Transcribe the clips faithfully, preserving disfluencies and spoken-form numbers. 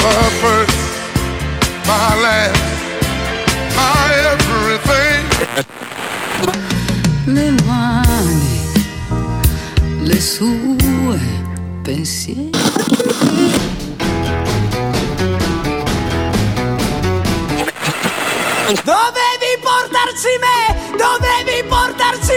my first, my last, my everything. Le mani, le sue pensieri. Dovevi portarci me, dovevi portarci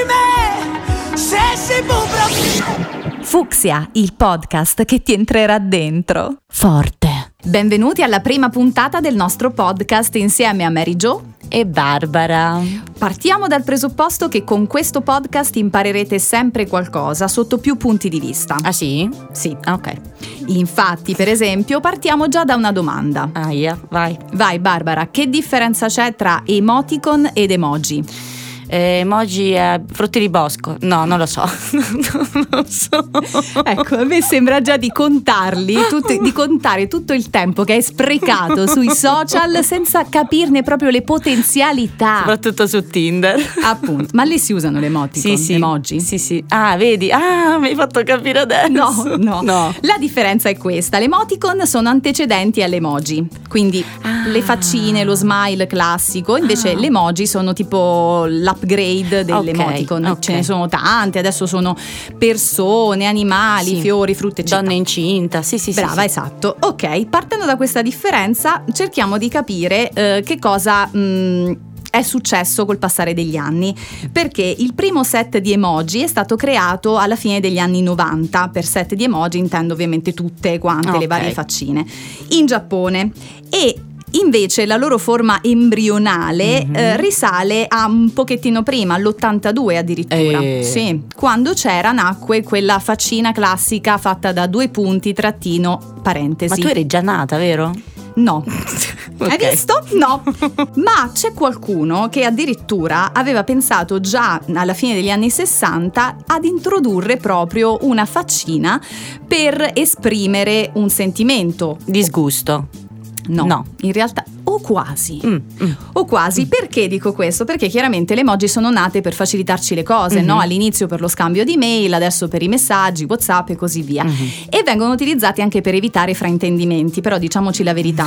me, se si può proprio. Fucsia, il podcast che ti entrerà dentro. Forte. Benvenuti alla prima puntata del nostro podcast insieme a Mary Jo e Barbara. Partiamo dal presupposto che con questo podcast imparerete sempre qualcosa sotto più punti di vista. Ah sì? Sì. Ah, ok. Infatti, per esempio, partiamo già da una domanda. Ah, yeah, vai. Vai Barbara, che differenza c'è tra emoticon ed emoji? Eh, emoji eh, frutti di bosco. No, non lo so. Non lo so. Ecco, a me sembra già di contarli, tutti, di contare tutto il tempo che hai sprecato sui social senza capirne proprio le potenzialità. Soprattutto su Tinder. Appunto. Ma lì si usano le emoticon, sì, sì. emoji? Sì, sì. Ah, vedi? Ah, mi hai fatto capire adesso. No, no, no. La differenza è questa: le emoticon sono antecedenti alle emoji. Quindi ah. le faccine, lo smile classico. Invece ah. le emoji sono tipo l'upgrade delle okay, emoticon. okay. Ce ne sono tante, adesso sono persone, animali, sì. fiori, frutta, eccetera. Donne incinta, sì, sì, Brava, sì, sì. esatto. Ok, partendo da questa differenza cerchiamo di capire eh, che cosa mh, è successo col passare degli anni, perché il primo set di emoji è stato creato alla fine degli anni novanta. Per set di emoji intendo ovviamente tutte quante okay. le varie faccine, in Giappone. E invece la loro forma embrionale mm-hmm. eh, risale a un pochettino prima, all'ottantadue addirittura. Eh. Sì, quando c'era, nacque quella faccina classica fatta da due punti, trattino, parentesi. Ma tu eri già nata, vero? No. Okay. Hai visto? No. Ma c'è qualcuno che addirittura aveva pensato già alla fine degli anni sessanta ad introdurre proprio una faccina per esprimere un sentimento. Disgusto. No, no, in realtà o quasi, mm, mm. o quasi. Perché dico questo? Perché chiaramente le emoji sono nate per facilitarci le cose, mm-hmm. no? All'inizio per lo scambio di mail, adesso per i messaggi, WhatsApp e così via. Mm-hmm. E vengono utilizzati anche per evitare fraintendimenti, però diciamoci la verità,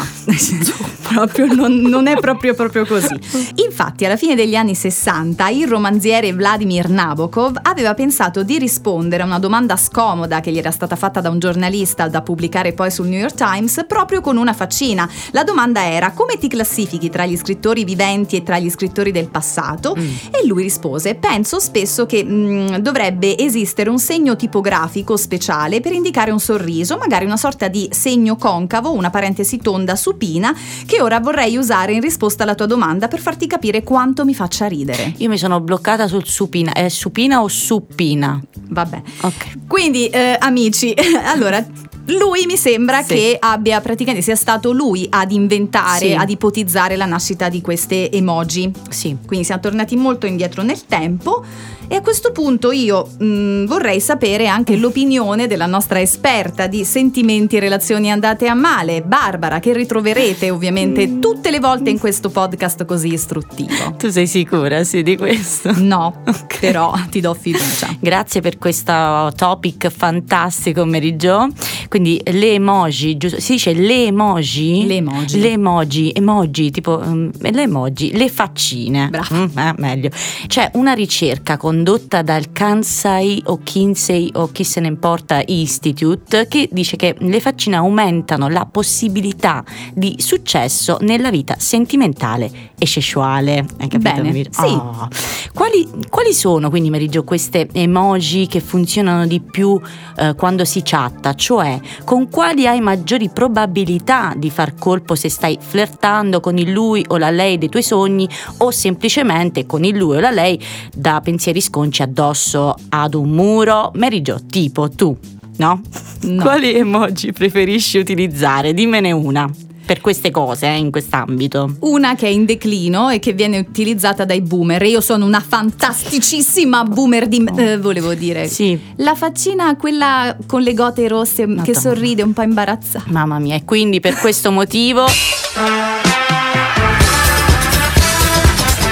proprio non, non è proprio proprio così. Infatti alla fine degli anni sessanta il romanziere Vladimir Nabokov aveva pensato di rispondere a una domanda scomoda che gli era stata fatta da un giornalista da pubblicare poi sul New York Times proprio con una faccina. La domanda era: come ti classifichi tra gli scrittori viventi e tra gli scrittori del passato? Mm. E lui rispose: penso spesso che mh, dovrebbe esistere un segno tipografico speciale per indicare un sorriso, magari una sorta di segno concavo, una parentesi tonda supina, che ora vorrei usare in risposta alla tua domanda per farti capire quanto mi faccia ridere. Io mi sono bloccata sul supina. È supina o suppina? Vabbè. Ok. Quindi eh, amici, allora lui mi sembra sì. che abbia praticamente sia stato lui ad inventare, sì. ad ipotizzare la nascita di queste emoji. Sì. Quindi siamo tornati molto indietro nel tempo. E a questo punto io mh, vorrei sapere anche l'opinione della nostra esperta di sentimenti e relazioni andate a male, Barbara, che ritroverete ovviamente tutte le volte in questo podcast così istruttivo. Tu sei sicura, sì, di questo? No, okay. Però ti do fiducia. Grazie per questo topic fantastico, Mary Jo. Quindi le emoji, giusto? Si dice le emoji? Le emoji. Le emoji, emoji, tipo um, le emoji, le faccine. Bravo. Mm, eh, meglio. C'è una ricerca con condotta dal Kansai o Kinsey o chi se ne importa Institute, che dice che le faccine aumentano la possibilità di successo nella vita sentimentale e sessuale. Hai capito? Bene, sì. Oh. Quali, quali sono quindi, Mary Jo, queste emoji che funzionano di più eh, quando si chatta? Cioè, con quali hai maggiori probabilità di far colpo se stai flirtando con il lui o la lei dei tuoi sogni, o semplicemente con il lui o la lei da pensieri sconci addosso ad un muro? Mary Jo, tipo tu, no? No. Quali emoji preferisci utilizzare? Dimmene una per queste cose, eh, in quest'ambito. Una che è in declino e che viene utilizzata dai boomer. Io sono una fantasticissima boomer di... Oh. Eh, volevo dire. Sì. La faccina, quella con le gote rosse, Madonna, che sorride un po' imbarazzata. Mamma mia, e quindi per questo motivo...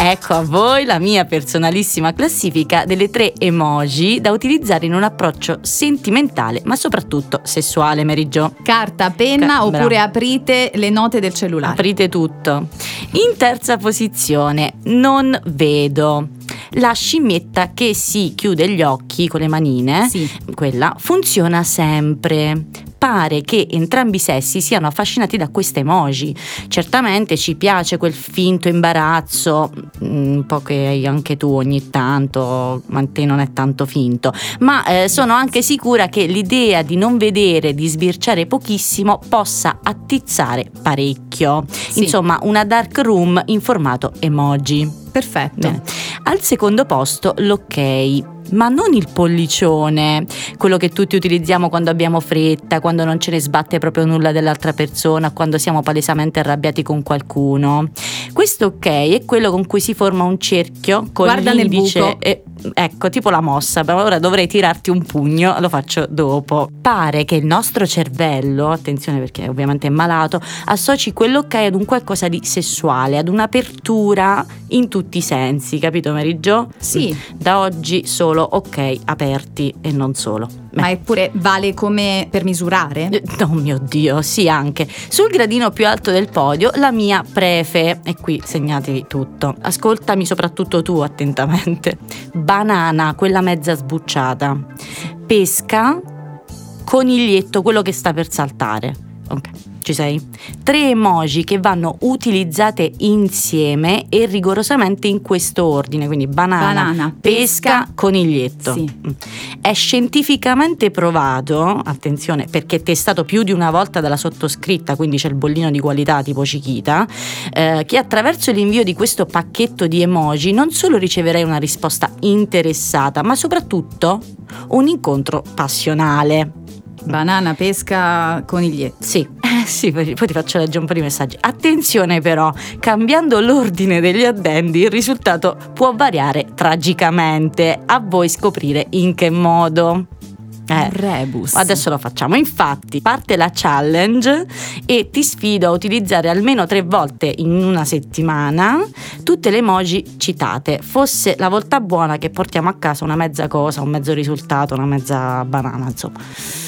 Ecco a voi la mia personalissima classifica delle tre emoji da utilizzare in un approccio sentimentale ma soprattutto sessuale, Mary Jo. Carta, penna Ca- oppure bravo. aprite le note del cellulare. Aprite tutto. In terza posizione, non vedo. La scimmietta che si chiude gli occhi con le manine, Sì. quella funziona sempre. Pare che entrambi i sessi siano affascinati da queste emoji. Certamente ci piace quel finto imbarazzo, un po' che hai anche tu ogni tanto, ma te non è tanto finto, ma eh, sono anche sicura che l'idea di non vedere, di sbirciare pochissimo, possa attizzare parecchio. Sì. Insomma, una dark room in formato emoji. Perfetto. Bene. Al secondo posto l'ok, ma non il pollicione, quello che tutti utilizziamo quando abbiamo fretta, quando non ce ne sbatte proprio nulla dell'altra persona, quando siamo palesemente arrabbiati con qualcuno. Questo ok è quello con cui si forma un cerchio con Guarda nel l'indice buco. e, ecco, tipo la mossa, però ora dovrei tirarti un pugno, lo faccio dopo. Pare che il nostro cervello, attenzione perché ovviamente è malato, associ quell'ok ad un qualcosa di sessuale, ad un'apertura in tutti i sensi, capito Mary Jo? Sì. Da oggi solo ok aperti e non solo. Ma eppure vale come per misurare? Eh, Oh mio Dio, sì, anche. Sul gradino più alto del podio la mia prefe, e qui segnatevi tutto. Ascoltami soprattutto tu attentamente. Banana, quella mezza sbucciata. Pesca, coniglietto, quello che sta per saltare. Ok, ci sei? Tre emoji che vanno utilizzate insieme e rigorosamente in questo ordine, quindi banana, Banana, pesca, pesca, coniglietto. sì. È scientificamente provato, attenzione, perché testato più di una volta dalla sottoscritta, quindi c'è il bollino di qualità tipo Chiquita, eh, che attraverso l'invio di questo pacchetto di emoji non solo riceverai una risposta interessata, ma soprattutto un incontro passionale. Banana, pesca, coniglietto. Sì, eh, sì, poi poi ti faccio leggere un po' di messaggi. Attenzione però, cambiando l'ordine degli addendi il risultato può variare tragicamente. A voi scoprire in che modo. Eh, Rebus. adesso lo facciamo. Infatti parte la challenge e ti sfido a utilizzare almeno tre volte in una settimana tutte le emoji citate. Fosse la volta buona che portiamo a casa una mezza cosa, un mezzo risultato, una mezza banana, insomma.